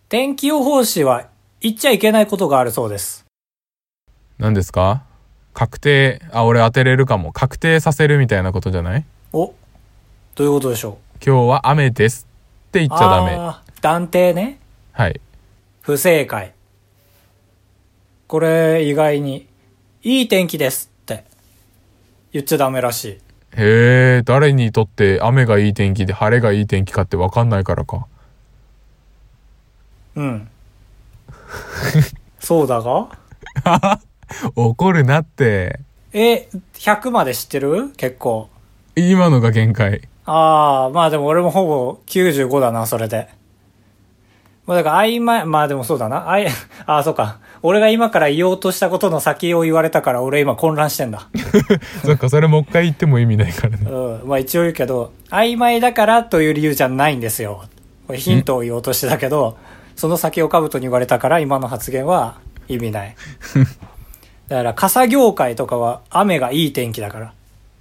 天気予報士は言っちゃいけないことがあるそうです。 何ですか？確定、俺当てれるかも。確定させるみたいなことじゃない？ お、どういうことでしょう？ 今日は雨ですって言っちゃダメ。 断定ね。 はい。 不正解。これ意外にいい天気ですって言っちゃダメらしい。 へえ、誰にとって雨がいい天気で晴れがいい天気かって分かんないからか。 うん。そうだが怒るなって。 100まで知ってる？結構。 今のが限界。 まあでも俺もほぼ95だな、それで。まあだから曖昧、まあでもそうだな。そうか。俺が今から言おうとしたことの先を言われたから俺今混乱してんだ。 そっか、それもう一回言っても意味ないからね。 まあ一応言うけど、曖昧だからという理由じゃないんですよ。これヒントを言おうとしてたけど、その先をカブトに言われたから今の発言は意味ない。だから傘業界とかは雨がいい天気だから。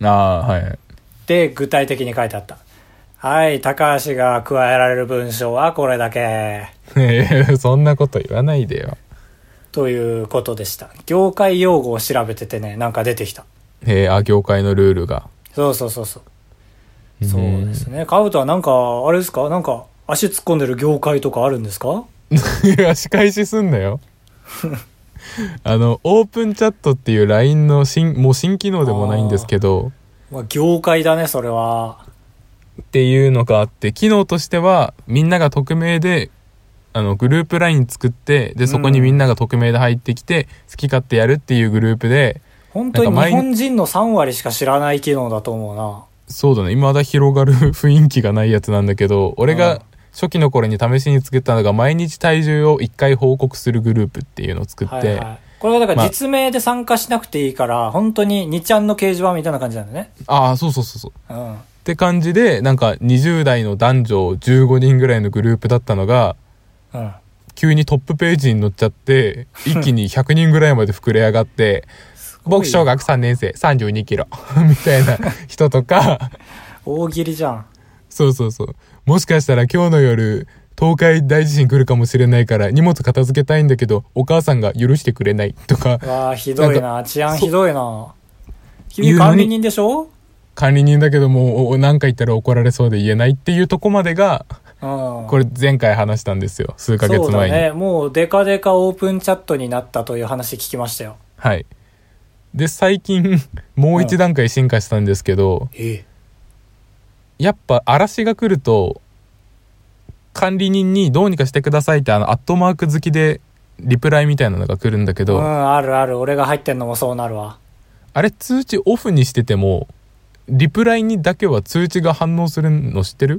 はい。 で、具体的に書いてあった。はい、高橋が加えられる文章はこれだけ。 そんなこと言わないでよ。 ということでした。業界用語を調べててね、なんか出てきた。 業界のルールが。 そう。そうですね。カブトはなんか、あれですか？なんか、足突っ込んでる業界とかあるんですか？ いや、仕返しすんなよ。オープンチャットっていう LINE のもう新機能でもないんですけど。 業界だね、それは。 っていうのがあって、機能としては、みんなが匿名で、グループ LINE 作って、で、そこにみんなが匿名で入ってきて、好き勝手やるっていうグループで、 本当に日本人の3割しか知らない機能だと思うな。 そうだね。未だ広がる雰囲気がないやつなんだけど、俺が初期の頃に試しに作ったのが、毎日体重を1回報告するグループっていうのを作って、 これはだから実名で参加しなくていいから、本当に2ちゃんの掲示板みたいな感じなんだね。 そう。って感じで、なんか20代の男女15人ぐらいのグループだったのが、急にトップページに載っちゃって、一気に100人ぐらいまで膨れ上がって、僕小学3年生32キロみたいな人とか。 大喜利じゃん。 そう。もしかしたら今日の夜、東海大地震来るかもしれないから荷物片付けたいんだけどお母さんが許してくれないとか。 ひどいな。治安ひどいな。君管理人でしょ？ 管理人だけども何か言ったら怒られそうで言えないっていうとこまでが、これ前回話したんですよ、数ヶ月前に。そうだね。 もうデカデカオープンチャットになったという話聞きましたよ。 はい。で最近もう一段階進化したんですけど、やっぱ嵐が来ると管理人にどうにかしてくださいってアットマーク好きでリプライみたいなのが来るんだけど、 ある。俺が入ってんのもそうなるわ。 あれ通知オフにしててもリプライにだけは通知が反応するの知ってる？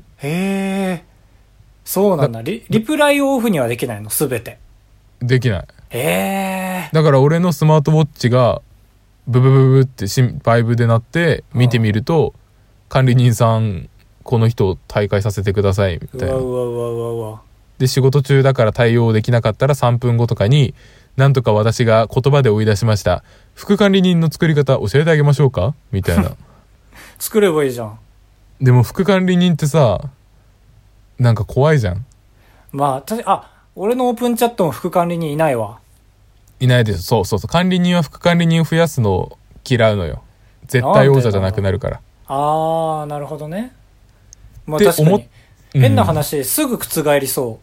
そうなんだ。リプライをオフにはできないの？すべてできない。だから俺のスマートウォッチがブブブブってバイブで鳴って見てみると、管理人さんこの人を退会させてくださいみたいな。で仕事中だから対応できなかったら3分後とかに、なんとか私が言葉で追い出しました、副管理人の作り方教えてあげましょうかみたいな。 作ればいいじゃん。 でも副管理人ってさ、なんか怖いじゃん。 俺のオープンチャットも副管理人いないわ。 いないです。そう。管理人は副管理人を増やすのを嫌うのよ。絶対王者じゃなくなるから。 なるほどね。確かに変な話、すぐ覆りそう。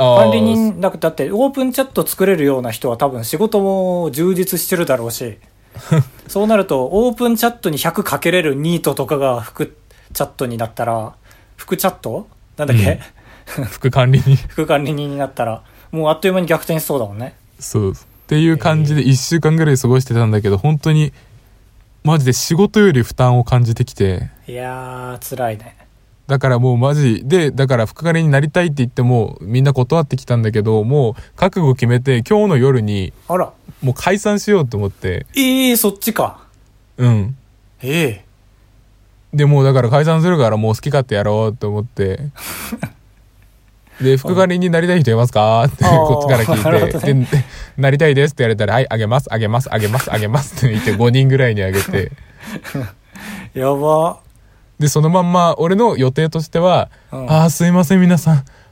管理人だってオープンチャット作れるような人は多分仕事も充実してるだろうしそうなるとオープンチャットに100かけれるニートとかが副チャットになったら、副チャットなんだっけ、 副管理人副管理人になったらもうあっという間に逆転しそうだもんね。 そうっていう感じで1週間ぐらい過ごしてたんだけど、本当にマジで仕事より負担を感じてきて。 いやー辛いね。 だからもうマジで、だから副管理になりたいって言ってもみんな断ってきたんだけど、もう覚悟決めて今日の夜にもう解散しようと思って。 そっちか。 でもうだから解散するからもう好き勝手やろうと思ってで副管理になりたい人いますかってこっちから聞いて、でなりたいですって言われたら、はい、あげますって言って5人ぐらいにあげてやば。 でそのまんま俺の予定としては、すいません皆さん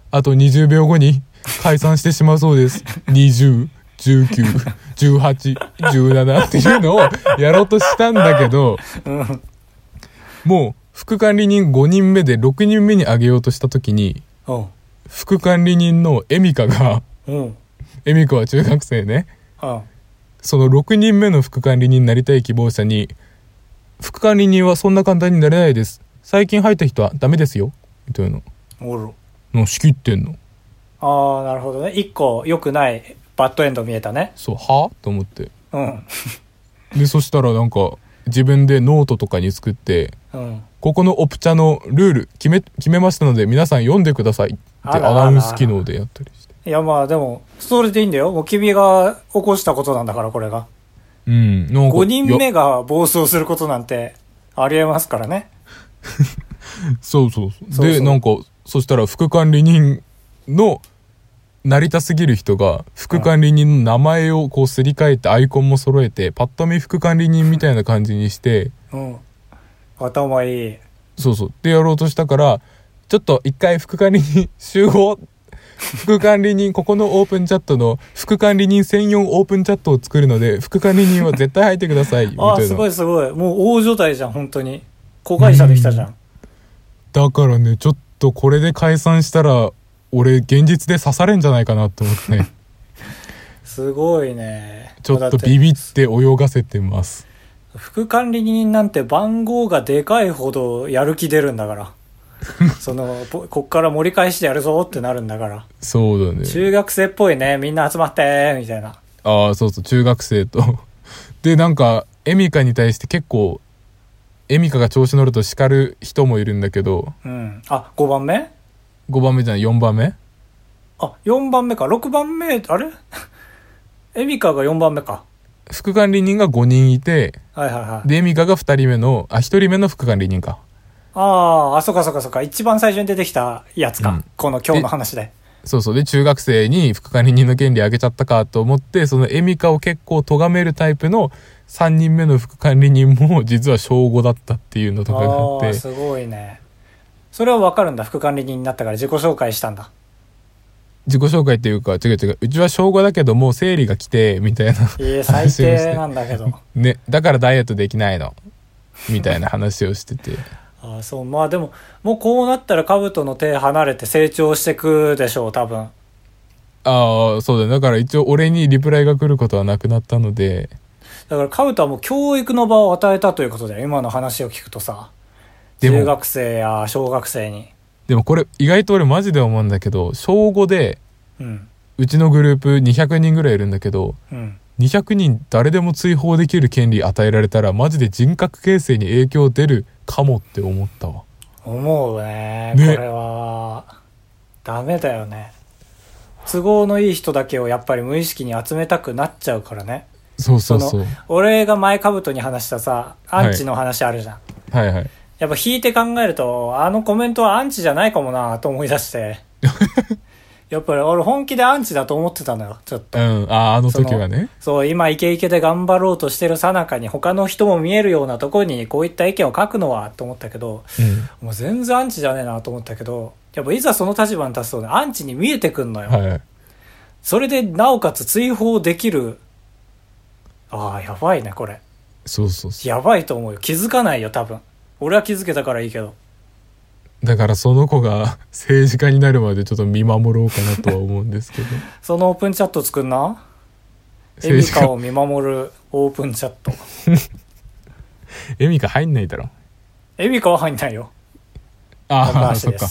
あと20秒後に解散してしまうそうです。20、19、18、17っていうのをやろうとしたんだけど、もう副管理人5人目で6人目に上げようとした時に、副管理人のエミカが、エミカは中学生ね、その6人目の副管理人になりたい希望者に、副管理人はそんな簡単になれないです、最近入った人はダメですよみたいなの仕切ってんの。 ああ、なるほどね。一個良くないバッドエンド見えたね。 そう、はぁと思って。で、そしたらなんか自分でノートとかに作って、ここのオプチャのルール決めましたので皆さん読んでくださいってアナウンス機能でやったりして。 いや、まあでもそれでいいんだよ。もう君が起こしたことなんだから、これが。なんか5人目が暴走することなんてありえますからね。 そうそうそう。で、なんかそしたら副管理人のなりたすぎる人が副管理人の名前をこうすり替えてアイコンも揃えて、パッと見副管理人みたいな感じにして、 頭いい。 そうそうでやろうとしたから、ちょっと一回副管理人集合、副管理人ここのオープンチャットの副管理人専用オープンチャットを作るので副管理人は絶対入ってくださいみたいな。 あ、すごいすごい、もう大所帯じゃん。本当に子会社できたじゃん。 だからね、ちょっとこれで解散したら俺現実で刺されんじゃないかなと思ってね。 すごいね。 ちょっとビビって泳がせてます。 副管理人なんて番号がでかいほどやる気出るんだからこっから盛り返してやるぞってなるんだから。 そうだね。 中学生っぽいね。みんな集まってみたいな。 ああ、そうそう、中学生とで、なんかエミカに対して結構エミカが調子乗ると叱る人もいるんだけど、 あ、5番目 5番目じゃない、4番目。 あ、4番目か。6番目、あれエミカが4番目か。 副管理人が5人いて、でエミカが2人目の1人目の副管理人か。 あ、そっかそっかそっか。一番最初に出てきたやつか、この今日の話で。 そうそう。で、中学生に副管理人の権利あげちゃったかと思って、そのエミカを結構咎めるタイプの3人目の副管理人も実は小5だったっていうのとかがあって。 すごいね。それは分かるんだ。副管理人になったから自己紹介したんだ。 自己紹介っていうか、違う。うちは小5だけどもう生理が来て、みたいな。 最低なんだけど。 ね、だからダイエットできないの。みたいな話をしてて。 そう。まあでも、もうこうなったらカブトの手離れて成長してくでしょう、多分。 ああ、そうだ。だから一応俺にリプライが来ることはなくなったので。 だからカブトはもう教育の場を与えたということだよ。今の話を聞くとさ。中学生や小学生に。 でもこれ意外と俺マジで思うんだけど、小5で、うちのグループ200人ぐらいいるんだけど、200人誰でも追放できる権利与えられたらマジで人格形成に影響出るかもって思ったわ。 思うね。これはダメだよね。都合のいい人だけをやっぱり無意識に集めたくなっちゃうからね。 そうそうそう。 俺が前カブトに話したさ、アンチの話あるじゃん。 はいはい。 やっぱ引いて考えると、あのコメントはアンチじゃないかもなと思い出して。やっぱり俺本気でアンチだと思ってたのよ、ちょっと。 あの時はね。 そう、今イケイケで頑張ろうとしてる最中に他の人も見えるようなところにこういった意見を書くのはと思ったけど、もう全然アンチじゃねえなと思ったけど、やっぱいざその立場に立つとね、アンチに見えてくんのよ。 はい。 それでなおかつ追放できる。やばいね、これ。 そう。 やばいと思うよ。気づかないよ、多分。俺は気づけたからいいけど。 だからその子が政治家になるまでちょっと見守ろうかなとは思うんですけど。 そのオープンチャット作んな。エミカを見守るオープンチャット。 エミカ入んないだろ。 エミカは入んないよ。 高橋です。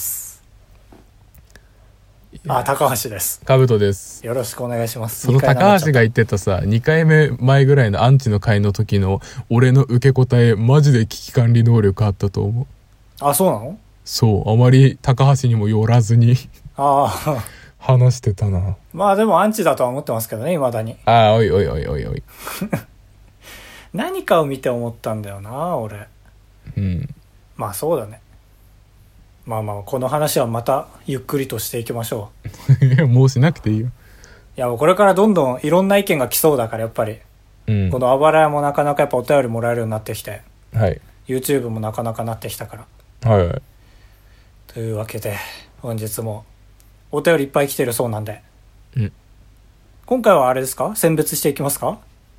高橋です。 カブトです。 よろしくお願いします。 その高橋が言ってたさ、2回目前ぐらいのアンチの会の時の俺の受け答え、マジで危機管理能力あったと思う。 そうなの？ そう、あまり高橋にも寄らずに話してたな。 まあでもアンチだとは思ってますけどね、未だに。 おい何かを見て思ったんだよな、俺。まあそうだね。まあこの話はまたゆっくりとしていきましょう。いや、もうしなくていいよ。 いや、もうこれからどんどんいろんな意見が来そうだから、やっぱり。このあばらやもなかなかやっぱお便りもらえるようになってきて。YouTube もなかなかなってきたから。というわけで本日もお便りいっぱい来てるそうなんで、 うん、 今回はあれですか、選別していきますか？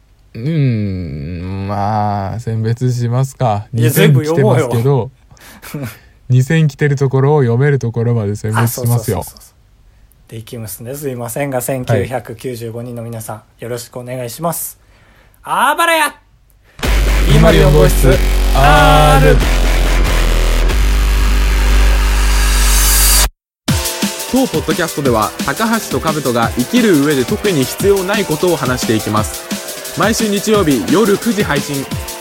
まあ選別しますか。2000来てますけど2000来てるところを読めるところまで選別しますよ。 できますね。すいませんが1995人の皆さん、よろしくお願いします。あばらや 204号室 R。 当ポッドキャストでは高橋と兜が生きる上で特に必要ないことを話していきます。毎週日曜日夜9時配信。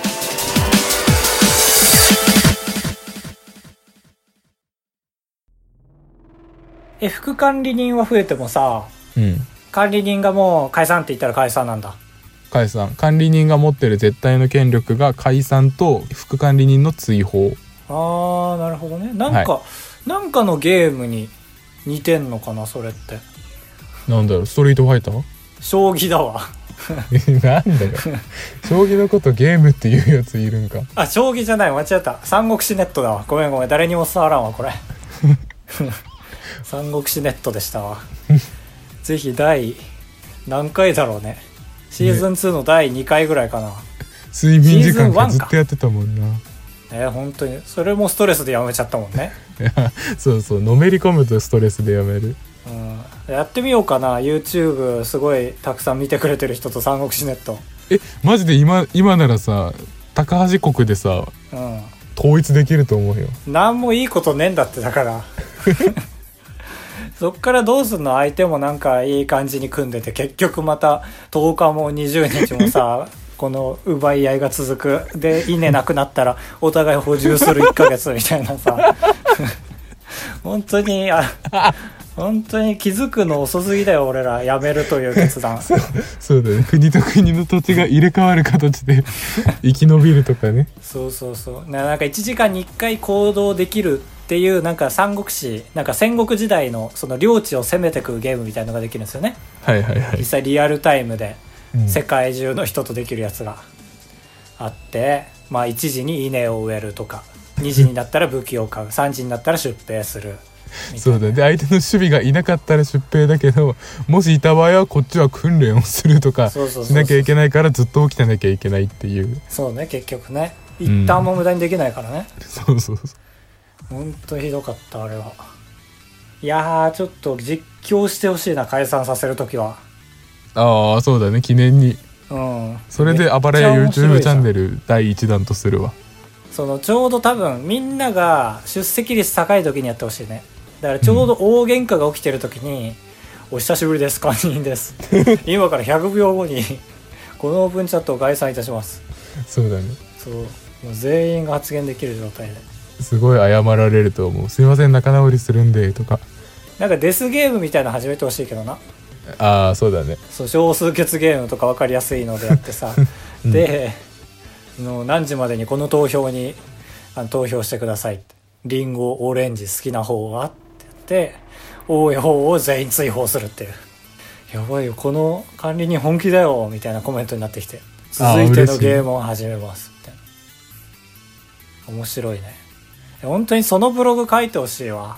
副管理人は増えてもさ、管理人がもう解散って言ったら解散なんだ。 解散。管理人が持ってる絶対の権力が解散と副管理人の追放。 あー、なるほどね。なんかのゲームに似てんのかな、それって。 なんだろう、ストリートファイター？ 将棋だわなんだよ将棋のことゲームっていうやついるんか。 あ、将棋じゃない、間違った。三国志ネットだわ。ごめん誰にも伝わらんわこれ三国志ネットでしたわぜひ第何回だろうね。シーズン2の第2回ぐらいかな、 睡眠時間がずっとやってたもんな。 本当にそれもストレスでやめちゃったもんねそうそう、のめり込むとストレスでやめる。 やってみようかな。 YouTube すごいたくさん見てくれてる人と三国志ネット。 マジで今ならさ、高橋国でさ、統一できると思うよ。 なんもいいことねえんだって。だからそっからどうすんの。相手もなんかいい感じに組んでて、結局また10日も20日もさこの奪い合いが続く。で稲なくなったらお互い補充する1ヶ月みたいなさ本当に気づくの遅すぎだよ俺ら。やめるという決断そうだね。国と国の土地が入れ替わる形で生き延びるとかね。 そうなんか1時間に1回行動できるっていう、なんか三国志、なんか戦国時代のその領地を攻めてくゲームみたいなのができるんですよね。 はいはいはい。 実際リアルタイムで世界中の人とできるやつがあって、まあ1時に稲を植えるとか、2時になったら武器を買う、3時になったら出兵する。 そうだ。で相手の守備がいなかったら出兵だけど、もしいた場合はこっちは訓練をするとかしなきゃいけないから、ずっと起きてなきゃいけないっていう。 そうね、結局ね、一旦も無駄にできないからね。 そうほんとひどかったあれは。いやー、ちょっと実況してほしいな、解散させるときは。 ああ、そうだね、記念に。それであばらや YouTube チャンネル第1弾とするわ。 そのちょうど多分みんなが出席率高い時にやってほしいね。だからちょうど大喧嘩が起きてる時に、お久しぶりです、管理人です今から100秒後にこのオープンチャットを解散いたします。 そうだね。 そう、もう全員が発言できる状態で。 すごい謝られると思う。すいません、仲直りするんでとか。 なんかデスゲームみたいなの始めてほしいけどな。 ああ、そうだね。 そう、少数決ゲームとか分かりやすいのでやってさで何時までにこの投票に投票してくださいって。リンゴ、オレンジ好きな方はって言って、多い方を全員追放するっていう。やばいよ、この管理人本気だよみたいなコメントになってきて、続いてのゲームを始めますみたいな。面白いね。本当にそのブログ書いてほしいわ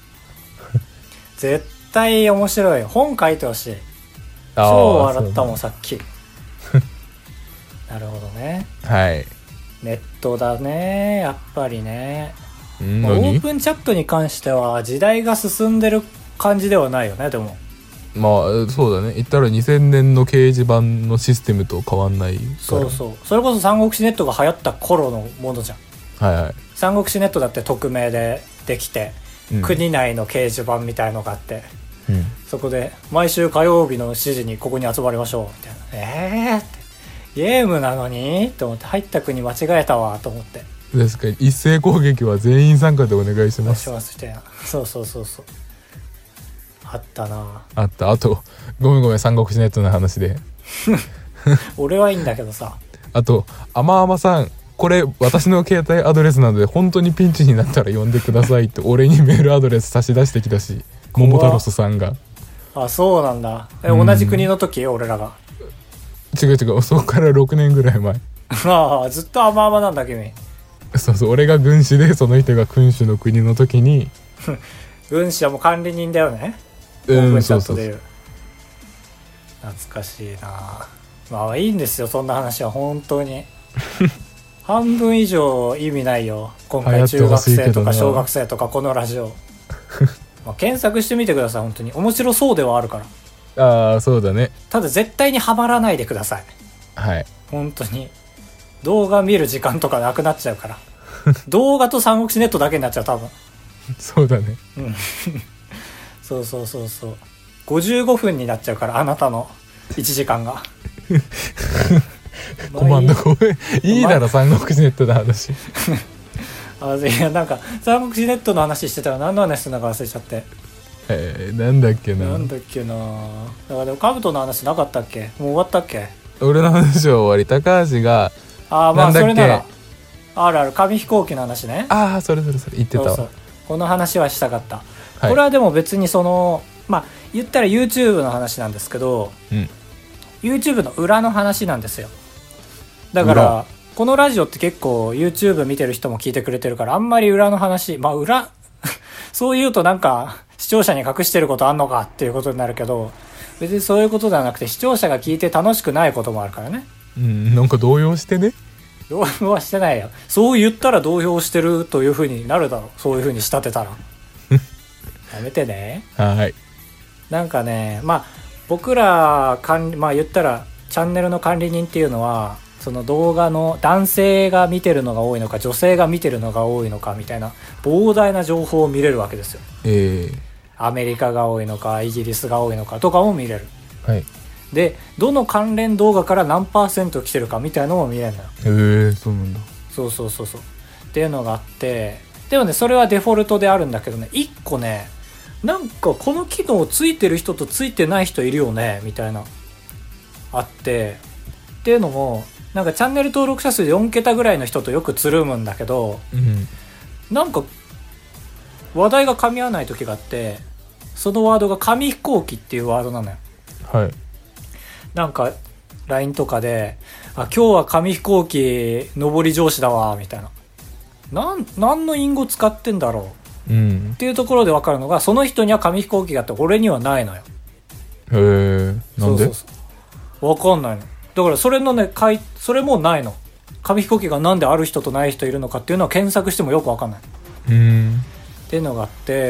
絶対面白い。本書いてほしい。超笑ったもんさっきなるほどね。 はい。 ネットだね、やっぱりね。オープンチャットに関しては時代が進んでる感じではないよね。でもまあそうだね。言ったら2000年の掲示板のシステムと変わんないから。 そうそう。それこそ三国志ネットが流行った頃のものじゃん。 はいはい。 三国志ネットだって匿名でできて、国内の掲示板みたいのがあって、そこで毎週火曜日の7時にここに集まりましょうみたいな。ってゲームなのにと思って、入った国間違えたわと思って。 確かに一斉攻撃は全員参加でお願いします。 そうあったなあった。あとごめん三国志ネットの話で俺はいいんだけどさ、 あとあまさん、これ私の携帯アドレスなので本当にピンチになったら呼んでくださいって俺にメールアドレス差し出してきたし、桃太郎さんが。 あ、そうなんだ。同じ国の時、俺らが。 違う、そこから6年ぐらい前ああ、ずっと甘々なんだ君。 そう俺が軍師で、その人が君主の国の時に軍師はもう管理人だよね。 オープンチャットでいう。懐かしいな。まあいいんですよそんな話は本当に半分以上意味ないよ今回。中学生とか小学生とかこのラジオまあ検索してみてください。本当に面白そうではあるから。 ああそうだね。 ただ絶対にハマらないでください。 はい。 本当に動画見る時間とかなくなっちゃうから動画と三国志ネットだけになっちゃう多分。 そうだね。 うんそう55分になっちゃうからあなたの1時間がコマンドごめんいいだろ三国志ネットの話いやなんか三国志ネットの話してたら何の話するのか忘れちゃって。 なんだっけな。 だからでもカブトの話なかったっけ。もう終わったっけ。 俺の話は終わり。高橋がまあそれならある紙飛行機の話ね。 それ言ってたわ。 そうこの話はしたかった、はい、これはでも別にそのまあ言ったら YouTube の話なんですけど、YouTube の裏の話なんですよ。だからこのラジオって結構 YouTube 見てる人も聞いてくれてるからあんまり裏の話裏そう言うとなんか視聴者に隠してることあんのかっていうことになるけど、別にそういうことではなくて視聴者が聞いて楽しくないこともあるからね。 なんか動揺してね。 動揺はしてないよ。そう言ったら動揺してるという風になるだろう。そういう風に仕立てたらやめてね。 はい。 なんかねまあ僕らまあ言ったらチャンネルの管理人っていうのはその動画の男性が見てるのが多いのか女性が見てるのが多いのかみたいな膨大な情報を見れるわけですよ。アメリカが多いのかイギリスが多いのかとかも見れる。 はい。 でどの関連動画から何%来てるかみたいなのも見れるのよ。 そうなんだ。 そうっていうのがあって、でもねそれはデフォルトであるんだけどね、1個ねなんかこの機能ついてる人とついてない人いるよねみたいなあって、っていうのもなんかチャンネル登録者数4桁ぐらいの人とよくつるむんだけど、なんか話題が噛み合わない時があって、そのワードが紙飛行機っていうワードなのよ。 はい。 なんか LINE とかで今日は紙飛行機上り調子だわみたいな、何の隠語使ってんだろう、っていうところで分かるのがその人には紙飛行機があって俺にはないのよ。 なんで？ 分かんないの。だからそれのねそれもないの。紙飛行機がなんである人とない人いるのかっていうのは検索してもよく分かんないっていうのがあって、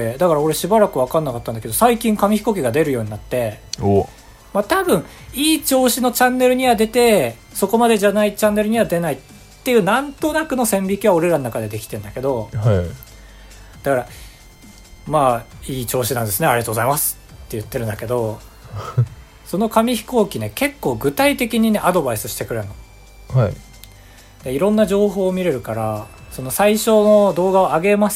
だから俺しばらく分かんなかったんだけど最近紙飛行機が出るようになって、まあ、多分いい調子のチャンネルには出てそこまでじゃないチャンネルには出ないっていうなんとなくの線引きは俺らの中でできてんだけど、だからまあいい調子なんですねありがとうございますって言ってるんだけどその紙飛行機ね結構具体的にねアドバイスしてくれるの。でいろんな情報を見れるから、その最初の動画を上げます。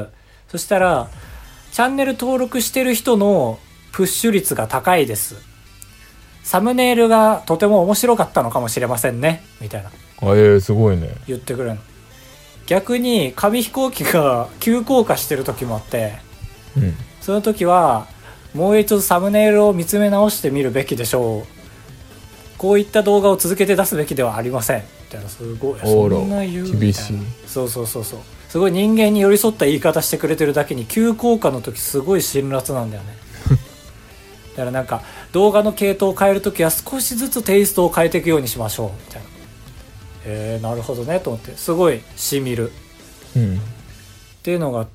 そしたらチャンネル登録してる人のプッシュ率が高いです、サムネイルがとても面白かったのかもしれませんねみたいなすごいね言ってくれるの。逆に紙飛行機が急降下してる時もあって、その時はもう一度サムネイルを見つめ直してみるべきでしょう、こういった動画を続けて出すべきではありませんみたいな、すごいそんな言うみたいな、 厳しい。 そうすごい人間に寄り添った言い方してくれてるだけに急降下の時すごい辛辣なんだよねだからなんか動画の系統を変えるときは少しずつテイストを変えていくようにしましょうみたいな。なるほどねと思ってすごいしみる、っていうのがあって、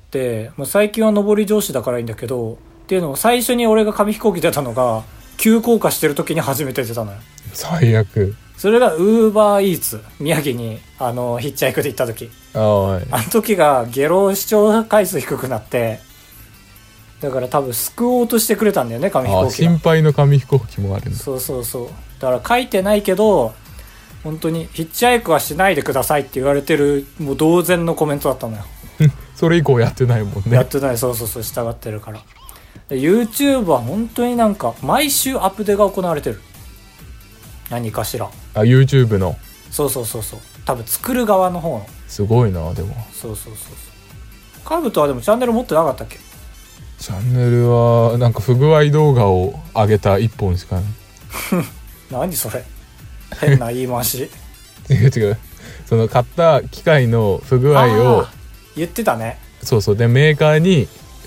もう最近は上り調子だからいいんだけど、っていうのを最初に俺が紙飛行機出たのが急降下してる時に初めて出たのよ。 最悪。 それがウーバーイーツ宮城にヒッチハイクで行った時、あの時がゲロ視聴回数低くなって、だから多分救おうとしてくれたんだよね紙飛行機が。 心配の紙飛行機もあるんだ。 そうだから書いてないけど本当にヒッチハイクはしないでくださいって言われてるもう同然のコメントだったのよそれ以降やってないもんね。 やってない。そう従ってるから。で YouTube は本当になんか毎週アップデートが行われてる、何かしら。 YouTube のそう多分作る側の方の。 すごいな。でもそうカブトはでもチャンネル持ってなかったっけ？ チャンネルはなんか不具合動画を上げた1本しかない何それ変な言い回し違うその買った機械の不具合を言ってたね。 そうでメーカーに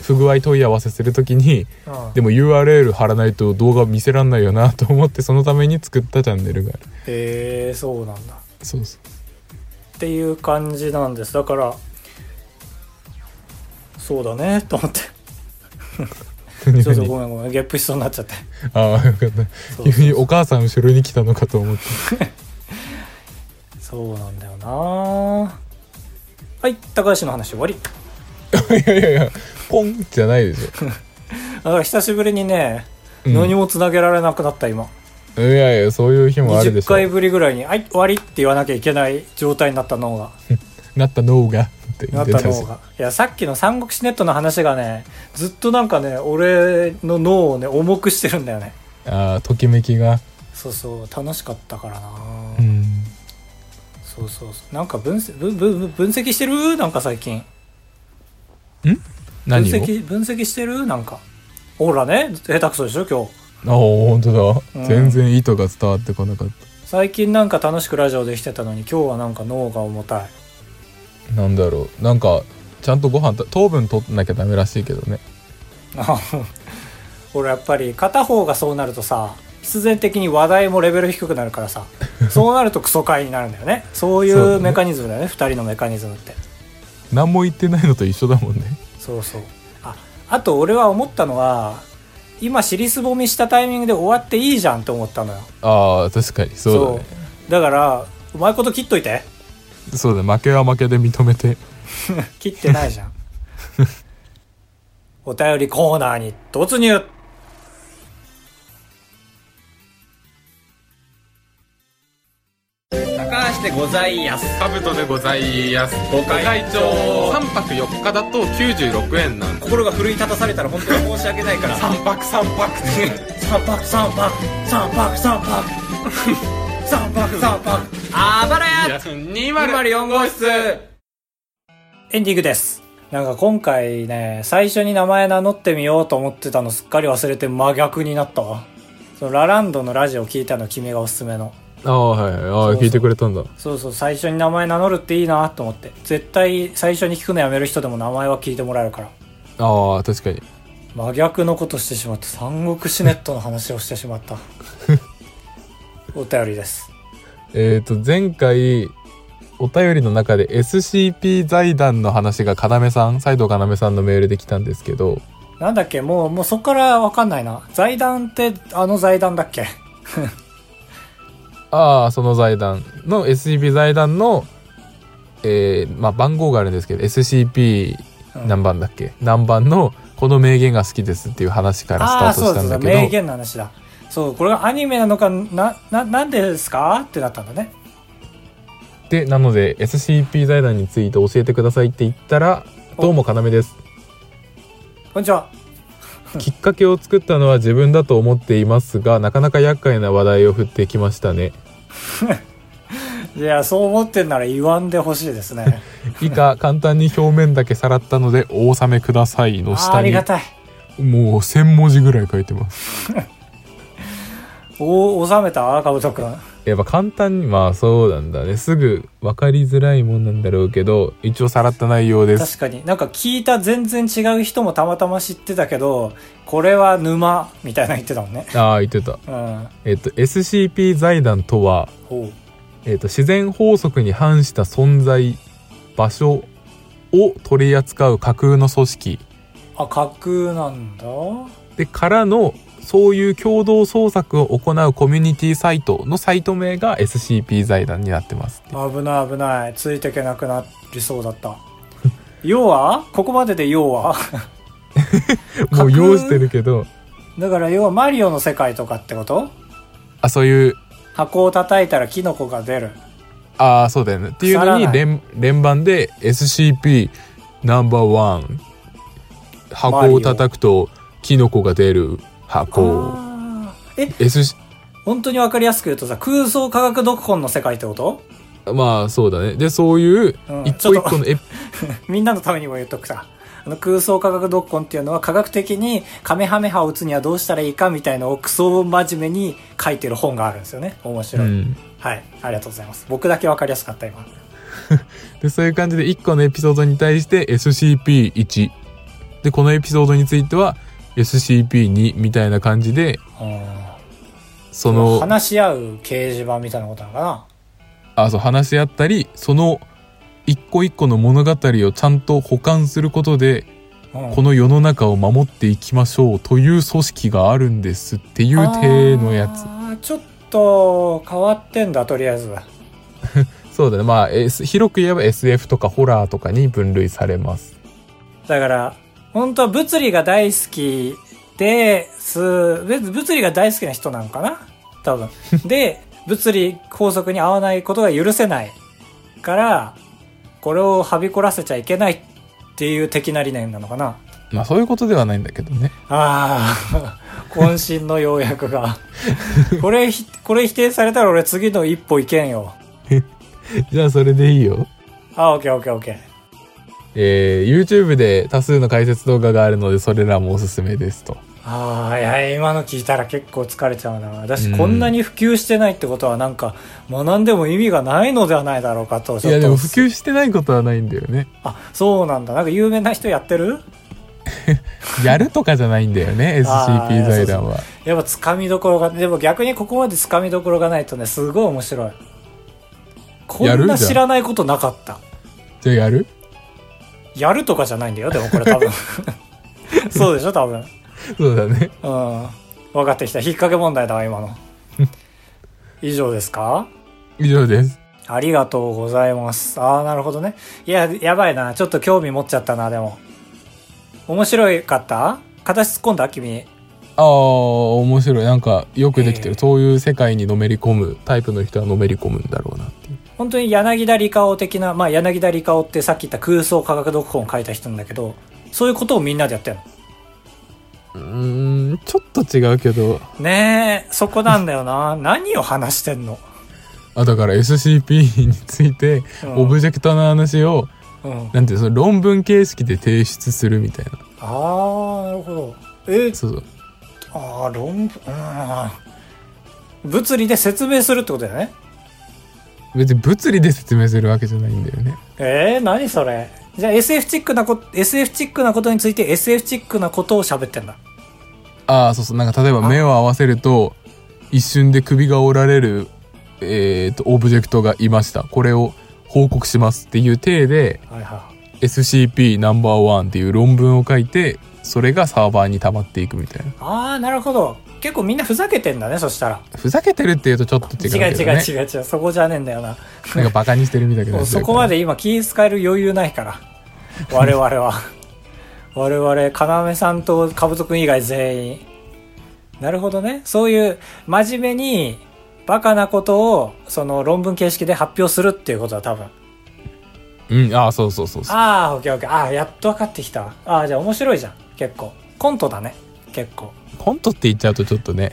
不具合問い合わせするときに、でも URL 貼らないと動画見せらんないよなと思って、そのために作ったチャンネルがある。 そうなんだ。 そうそうっていう感じなんです。だからそうだねと思ってそうごめんゲップしそうになっちゃって。 ああよかった。急にお母さん後ろに来たのかと思ってそうなんだよな。はい、高橋の話終わりいやポンじゃないでしょだから久しぶりにね、何もつなげられなくなった今。 いやそういう日もあるでしょ。 20回ぶりぐらいにはい終わりって言わなきゃいけない状態になった脳がなった脳がって言ってたし、いやさっきの三国志ネットの話がね、ずっとなんかね俺の脳をね重くしてるんだよね。 ああときめきが。 そう楽しかったからな。そうなんか分析してるなんか最近。 何を分析してるなんか。ほらね下手くそでしょ今日。 ああ本当だ、全然意図が伝わってこなかった。 最近なんか楽しくラジオできてたのに今日はなんか脳が重たい。 なんだろう、なんかちゃんとご飯糖分取んなきゃダメらしいけどね。 俺やっぱり片方がそうなるとさ、必然的に話題もレベル低くなるからさそうなるとクソ回になるんだよね。そういうメカニズムだよね、2人のメカニズムって。 何も言ってないのと一緒だもんね。 そうあと俺は思ったのは、今尻すぼみしたタイミングで終わっていいじゃんって思ったのよ。 ああ確かにそうだね。 だからうまいこと切っといて。 そうだ、負けは負けで認めて切ってないじゃんお便りコーナーに突入。高橋でございやす。 カブトでございやす。ご会長3泊4日だと96円なんで。 心が奮い立たされたら本当に申し訳ないから 3泊3泊あばらや 204号室。 エンディングです。なんか今回ね、最初に名前名乗ってみようと思ってたのすっかり忘れて真逆になったわ。そのラランドのラジオ聞いたの、君がおすすめの。 ああはいはい、聞いてくれたんだ。 そう最初に名前名乗るっていいなと思って。絶対最初に聞くのやめる人でも名前は聞いてもらえるから。 ああ確かに真逆のことしてしまった。三国志ネットの話をしてしまったお便りです。 前回お便りの中で SCP 財団の話が西藤要さんのメールで来たんですけど、 なんだっけ、もうそっから分かんないな。財団ってあの財団だっけああその財団の SCP 財団の番号があるんですけど SCP 何番だっけ、何番のこの名言が好きですっていう話からスタートしたんだけど、 名言の話だ。そうこれがアニメなのかなんでですかってなったんだね。 でなので SCP 財団について教えてくださいって言ったら、どうも要です、 こんにちはきっかけを作ったのは自分だと思っていますが、なかなか厄介な話題を振ってきましたねいやそう思ってんなら言わんでほしいですね以下簡単に表面だけさらったのでお納めくださいの下にありがたい、 もう1000文字ぐらい書いてます収めたかぶとくん。 やっぱ簡単に、まあそうなんだね、すぐ分かりづらいもんなんだろうけど、一応さらった内容です。 確かになんか聞いた全然違う人もたまたま知ってたけど、これは沼みたいな言ってたもんね。 ああ言ってた、SCP 財団とは、自然法則に反した存在場所を取り扱う架空の組織。 あ、架空なんだ。 でからのそういう共同創作を行うコミュニティサイトのサイト名が SCP 財団になってます。 危ない危ない、ついてけなくなりそうだった要はここまでで要はもう要してるけど、 だから要はマリオの世界とかってこと？ あ、そういう箱を叩いたらキノコが出る。 ああそうだよねっていうのに連番で SCP ナンバーワン、箱を叩くとキノコが出る箱。 本当に分かりやすく言うとさ、空想科学読本の世界ってこと？ まあそうだね。でそういう一個一個のみんなのためにも言っとくさ、空想科学読本っていうのは科学的にカメハメハを打つにはどうしたらいいかみたいのをクソ真面目に書いてる本があるんですよね。面白い、はい、ありがとうございます。僕だけ分かりやすかった今でそういう感じで1個のエピソードに対して SCP1 でこのエピソードについては SCP-2 みたいな感じで、その話し合う掲示板みたいなことなのかな。 そう話し合ったり、その一個一個の物語をちゃんと保管することで、この世の中を守っていきましょうという組織があるんですっていう体のやつ。 ちょっと変わってんだ、とりあえずそうだね。まあ、広く言えば SF とかホラーとかに分類されます。 だから本当は物理が大好きで物理が大好きな人なのかな多分で物理法則に合わないことが許せないからこれをはびこらせちゃいけないっていう的な理念なのかな。 まあそういうことではないんだけどね。 渾身の要約がこれ否定されたら俺次の一歩いけんよじゃあそれでいいよ。 オッケー。 YouTube で多数の解説動画があるのでそれらもおすすめですと。 いや今の聞いたら結構疲れちゃうな。私こんなに普及してないってことはなんか学んでも意味がないのではないだろうかと。 いやでも普及してないことはないんだよね。 そうなんだ。なんか有名な人やってるやるとかじゃないんだよねSCP 財団は。 やっぱつかみどころが、でも逆にここまでつかみどころがないとねすごい面白い。こんな知らないことなかった。 じゃあやるとかじゃないんだよでもこれ多分そうでしょ多分。 そうだね。 分かってきた。引っ掛け問題だわ今の以上ですか？ 以上です。 ありがとうございます。なるほどね。いややばいな、ちょっと興味持っちゃったな。でも面白かった？形突っ込んだ君？ 面白い。なんかよくできてる。そういう世界にのめり込むタイプの人はのめり込むんだろうなっていう。 本当に柳田理香夫的な、柳田理香夫ってさっき言った空想科学読本を書いた人なんだけど、そういうことをみんなでやってるの。 ちょっと違うけどねえ、そこなんだよな何を話してんの。 だから SCP についてオブジェクトの話を、なんていうその論文形式で提出するみたいな。なるほど。 そう論文、物理で説明するってことだよね。 別に物理で説明するわけじゃないんだよね。 何それ。じゃあ SF チックなことについて SF チックなことを喋ってんだ。 そうなんか例えば目を合わせると一瞬で首が折られるオブジェクトがいました。これを報告しますっていう体で、SCP ナンバーワンっていう論文を書いて、それがサーバーに溜まっていくみたいな。 なるほど。結構みんなふざけてんだね。そしたらふざけてるっていうとちょっと違うけどね。 違うそこじゃねえんだよな。 なんかバカにしてるみたいなそこまで今気使える余裕ないから我々は我々要さんとかぶとくん以外全員。なるほどね。そういう真面目にバカなことをその論文形式で発表するっていうことは多分。 そう。オッケー。やっと分かってきた。じゃあ面白いじゃん。結構コントだね。結構コントって言っちゃうとちょっとね。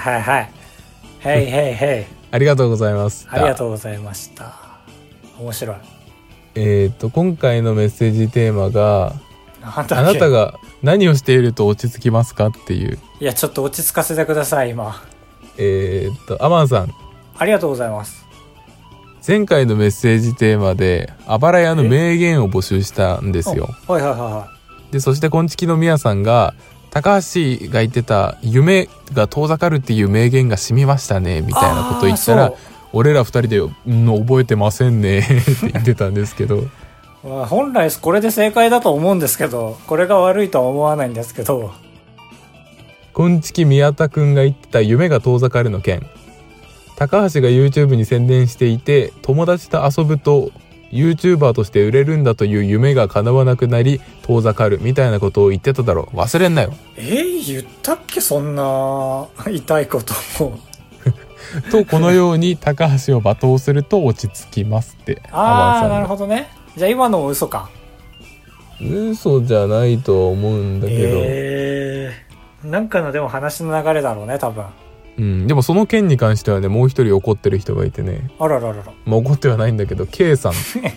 へいありがとうございます。 ありがとうございました。面白い。 今回のメッセージテーマがあなたが何をしていると落ち着きますかっていう。 いやちょっと落ち着かせてください今。 アマンさんありがとうございます。 前回のメッセージテーマであばら屋の名言を募集したんですよ。でそしてこんちきのみやさんが高橋が言ってた夢が遠ざかるっていう名言が染みましたねみたいなこと言ったら、俺ら二人で覚えてませんねって言ってたんですけど本来これで正解だと思うんですけど、これが悪いとは思わないんですけど、 こんちき宮田くんが言ってた夢が遠ざかるの件、高橋が YouTube に宣伝していて友達と遊ぶと YouTuber として売れるんだという夢が叶わなくなり遠ざかるみたいなことを言ってただろう。忘れんなよ。 言ったっけそんな痛いことをとこのように高橋を罵倒すると落ち着きますって。 なるほどね。じゃあ今のも嘘か。 嘘じゃないと思うんだけど、なんかのでも話の流れだろうね多分。 でもその件に関してはね、もう一人怒ってる人がいてね。怒ってはないんだけど K さん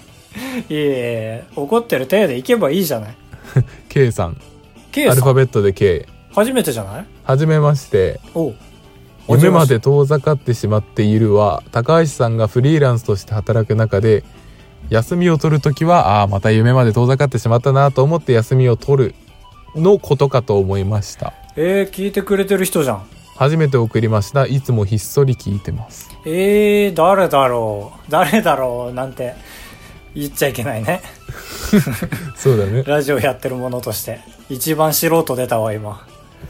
怒ってる体でいけばいいじゃない K さんアルファベットで K。 初めてじゃない？ 初めまして。夢まで遠ざかってしまっているは高橋さんがフリーランスとして働く中で休みを取るときはまた夢まで遠ざかってしまったなと思って休みを取るのことかと思いました。 聞いてくれてる人じゃん。 初めて送りました。いつもひっそり聞いてます。 誰だろうなんて言っちゃいけないね。 そうだね。 ラジオやってるものとして一番素人出たわ今。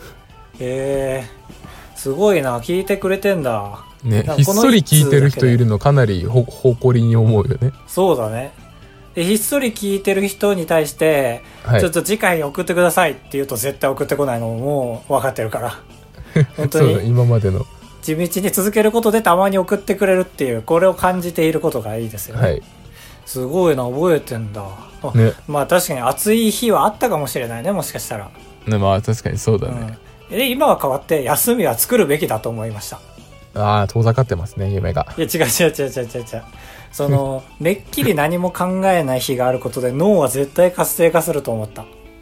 すごいな、聞いてくれてんだね。ひっそり聞いてる人いるのかなり誇りに思うよね。 そうだね。でひっそり聞いてる人に対して、はい、ちょっと次回送ってくださいって言うと絶対送ってこないのもう分かってるから本当にそうだ、今までの地道に続けることでたまに送ってくれるっていう、これを感じていることがいいですよね。はい、すごいな、覚えてんだ、ね、まあ確かに暑い日はあったかもしれないね、もしかしたらね。まあ確かにそうだね、 今は変わって休みは作るべきだと思いました。 ああ、遠ざかってますね、夢が。 いや違うそのめっきり何も考えない日があることで脳は絶対活性化すると思った。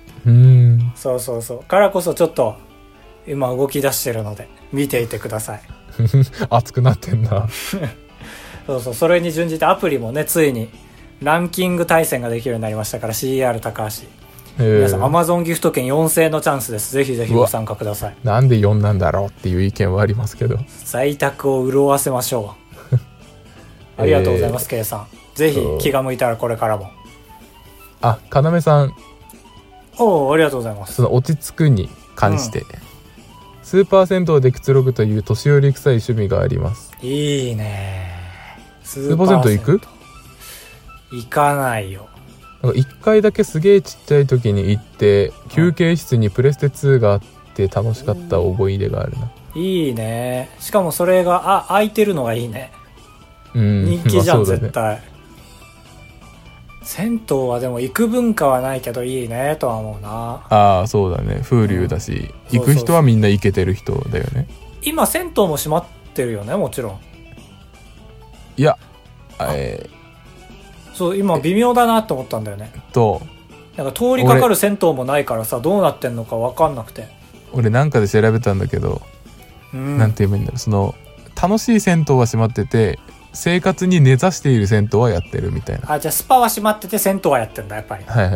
そうからこそちょっと今動き出してるので見ていてください。 熱くなってんな。 それに準じてアプリもね、ついにランキング対戦ができるようになりましたから、 CR 高橋皆さん Amazon ギフト券4000円のチャンスです。ぜひぜひご参加ください。 なんで4なんだろうっていう意見はありますけど、 在宅を潤わせましょう。ありがとうございます、K さん。ぜひ気が向いたらこれからも。 あ、かなめさん、 ありがとうございます。 その落ち着くに関して、スーパー銭湯でくつろぐという年寄り臭い趣味があります。 いいね。 スーパー銭湯行く？ 行かないよ。 一回だけすげえちっちゃい時に行って休憩室にプレステ2があって楽しかった思い出があるな。 いいね。しかもそれが空いてるのがいいね。人気じゃん、ね、絶対。銭湯はでも行く文化はないけどいいねとは思うな。 ああ、そうだね。風流だし、行く人はみんな行けてる人だよね。 今銭湯も閉まってるよね、もちろん。 いや、 そう今微妙だなと思ったんだよね。なんか通りかかる銭湯もないからさ、どうなってんのか分かんなくて。 俺なんかで調べたんだけど、なんて言えばいいんだろう、その楽しい銭湯は閉まってて生活に根ざしている銭湯はやってるみたいな。 じゃあスパは閉まってて銭湯はやってんだ、やっぱり。 はい。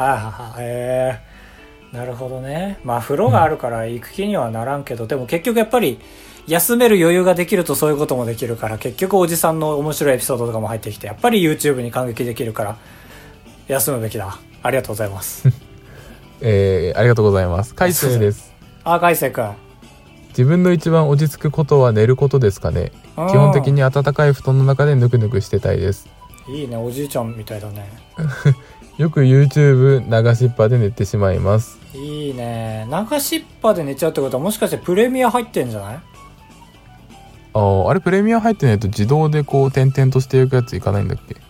なるほどね。まあ風呂があるから行く気にはならんけど、でも結局やっぱり休める余裕ができるとそういうこともできるから、結局おじさんの面白いエピソードとかも入ってきて、やっぱり YouTube に感激できるから休むべきだ。ありがとうございます。ありがとうございます。海星です。 海星くん、 自分の一番落ち着くことは寝ることですかね。基本的に暖かい布団の中でぬくぬくしてたいです。 いいね、おじいちゃんみたいだね。 よく YouTube 流しっぱで寝てしまいます。 いいね。流しっぱで寝ちゃうってことはもしかしてプレミア入ってんじゃない？ あれプレミア入ってないと自動でこう点々としていくやついかないんだっけ？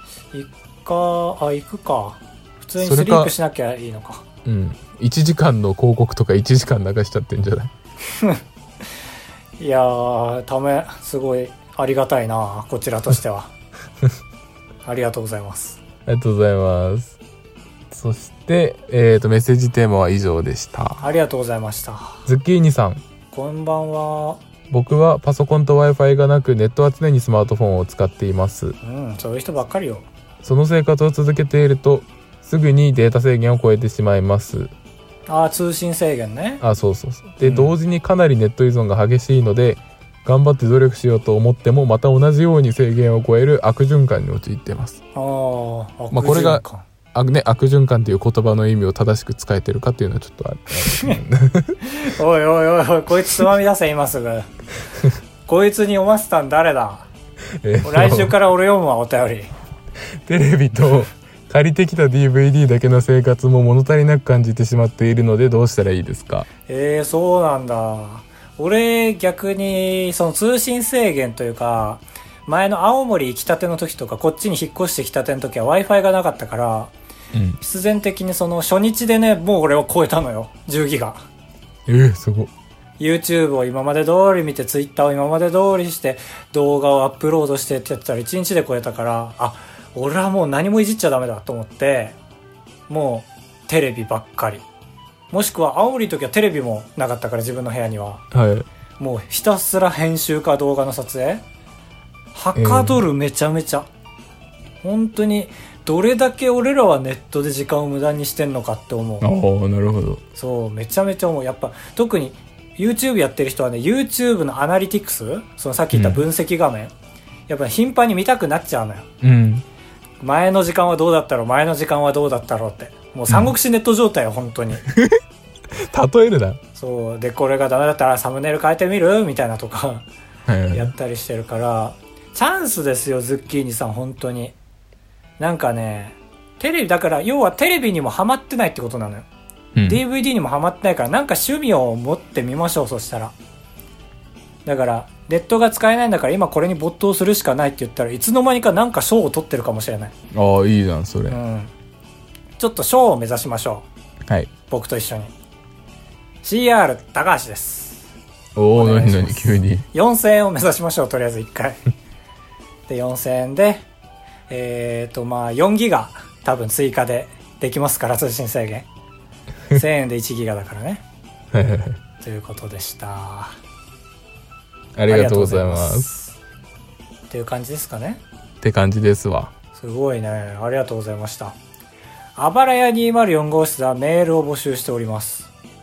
行くか。普通にスリープしなきゃいいのか。 1時間の広告とか1時間流しちゃってんじゃない？ いやー、すごいありがたいな、こちらとしては。ありがとうございます。 ありがとうございます。そして、メッセージテーマは以上でした。 ありがとうございました。 ズッキーニさん、 こんばんは。 僕はパソコンと Wi-Fi がなくネットは常にスマートフォンを使っています。 そういう人ばっかりよ。 その生活を続けているとすぐにデータ制限を超えてしまいます。 通信制限ね。 そうで、同時にかなりネット依存が激しいので頑張って努力しようと思ってもまた同じように制限を超える悪循環に陥っています。 これが悪循環という言葉の意味を正しく使えてるかっていうのはちょっとある。 おいこいつつまみ出せ今すぐ。こいつに読ませたん誰だ？来週から俺読むわ、お便り。 テレビと借りてきた DVD だけの生活も物足りなく感じてしまっているのでどうしたらいいですか？ そうなんだ。俺逆にその通信制限というか、前の青森行きたての時とかこっちに引っ越してきたての時は Wi-Fi がなかったから、必然的にその初日でね、もう俺を超えたのよ、10ギガ。 すごい。 YouTube を今まで通り見て Twitter を今まで通りして動画をアップロードしてってやってたら1日で超えたから、俺はもう何もいじっちゃダメだと思って、もうテレビばっかり、もしくは青森の時はテレビもなかったから自分の部屋には、もうひたすら編集か動画の撮影はかどる、めちゃめちゃ本当にどれだけ俺らはネットで時間を無駄にしてんのかって思う。 ああ、なるほど。 そうめちゃめちゃ思う。やっぱ特に YouTube やってる人はね、 YouTube のアナリティクス、そのさっき言った分析画面、やっぱ頻繁に見たくなっちゃうのよ。前の時間はどうだったろう、前の時間はどうだったろうって、もう三国志ネット状態よ、本当に。 例えるな。 そうで、これがダメだったらサムネイル変えてみるみたいなとかやったりしてるから、チャンスですよズッキーニさん、本当に。なんかね、テレビだから、要はテレビにもハマってないってことなのよ、DVD にもハマってないから、なんか趣味を持ってみましょう。そしたらだからネットが使えないんだから今これに没頭するしかないって言ったら、いつの間にかなんか賞を取ってるかもしれない。 ああ、いいじゃんそれ、 ちょっと賞を目指しましょう。はい、 僕と一緒に。 CR 高橋です。 おお、何急に。 4000円を目指しましょう、とりあえず1回で4000円でまあ4ギガ多分追加でできますから、通信制限1000円で1ギガだからねということでした。 ありがとうございますっていう感じですかね。 って感じですわ。 すごいね、ありがとうございました。あばらや204号室ではメールを募集しております。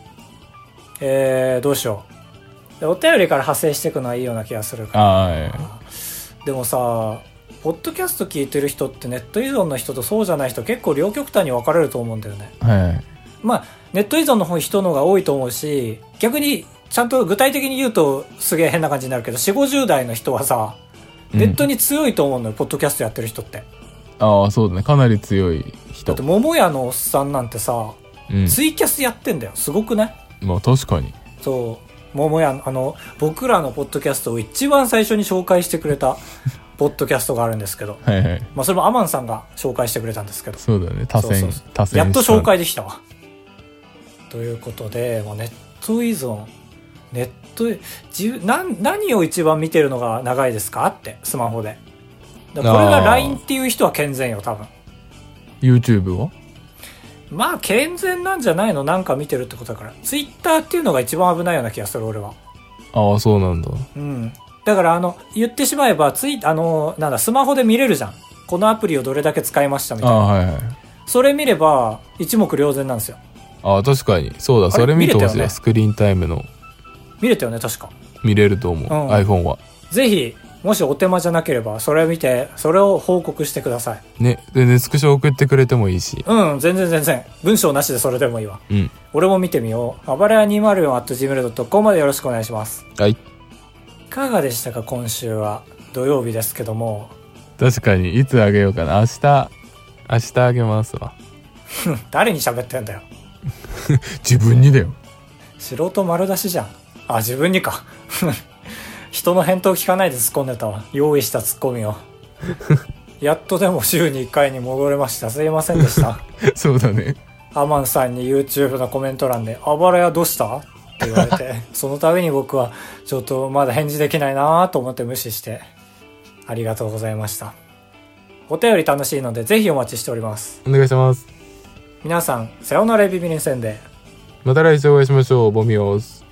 どうしよう。お便りから派生していくのはいいような気がするから。でもさ、ポッドキャスト聞いてる人ってネット依存の人とそうじゃない人結構両極端に分かれると思うんだよね。まあネット依存の人の方が多いと思うし、逆にちゃんと具体的に言うとすげえ変な感じになるけど、4、50代の人はさ、ネットに強いと思うのよ、ポッドキャストやってる人って。ああ、そうだね、かなり強い人。 だって桃屋のおっさんなんてさ、ツイキャスやってんだよ。すごくない？ まあ確かに。 そう桃屋、僕らのポッドキャストを一番最初に紹介してくれたポッドキャストがあるんですけどまあそれもアマンさんが紹介してくれたんですけど、 そうだね、多選やっと紹介できたわ。ということで、まあ、ネット依存、ネット何を一番見てるのが長いですかってスマホで。これが LINE っていう人は健全よ多分。 YouTube はまあ健全なんじゃないの、なんか見てるってことだから。 Twitter っていうのが一番危ないような気がする俺は。 ああ、そうなんだ。 だから言ってしまえばなんだ、スマホで見れるじゃん、このアプリをどれだけ使いましたみたいな。それ見れば一目瞭然なんですよ。 ああ、確かにそうだ、それ見てほしい、ね、スクリーンタイムの見れたよね、確か見れると思う、iPhone は。 ぜひもしお手間じゃなければそれを見て、それを報告してくださいね。でスクショ送ってくれてもいいし。 全然文章なしでそれでもいいわ。俺も見てみよう。あばらや 204@gmail.com までよろしくお願いします。 はい。いかがでしたか、今週は土曜日ですけども。 確かに、いつあげようかな。明日あげますわ誰に喋ってんだよ自分にだよ。 素人丸出しじゃん。あ、自分にか人の返答聞かないで突っ込んでたわ、用意したツッコミをやっとでも週に1回に戻れました。すいませんでしたそうだね。 アマンさんに YouTube のコメント欄であばらやどうしたって言われてその度に僕はちょっとまだ返事できないなと思って無視して、ありがとうございました。お便り楽しいのでぜひお待ちしております。 お願いします。 皆さんさようならビビリン戦で。 また来週お会いしましょう。ボミオス。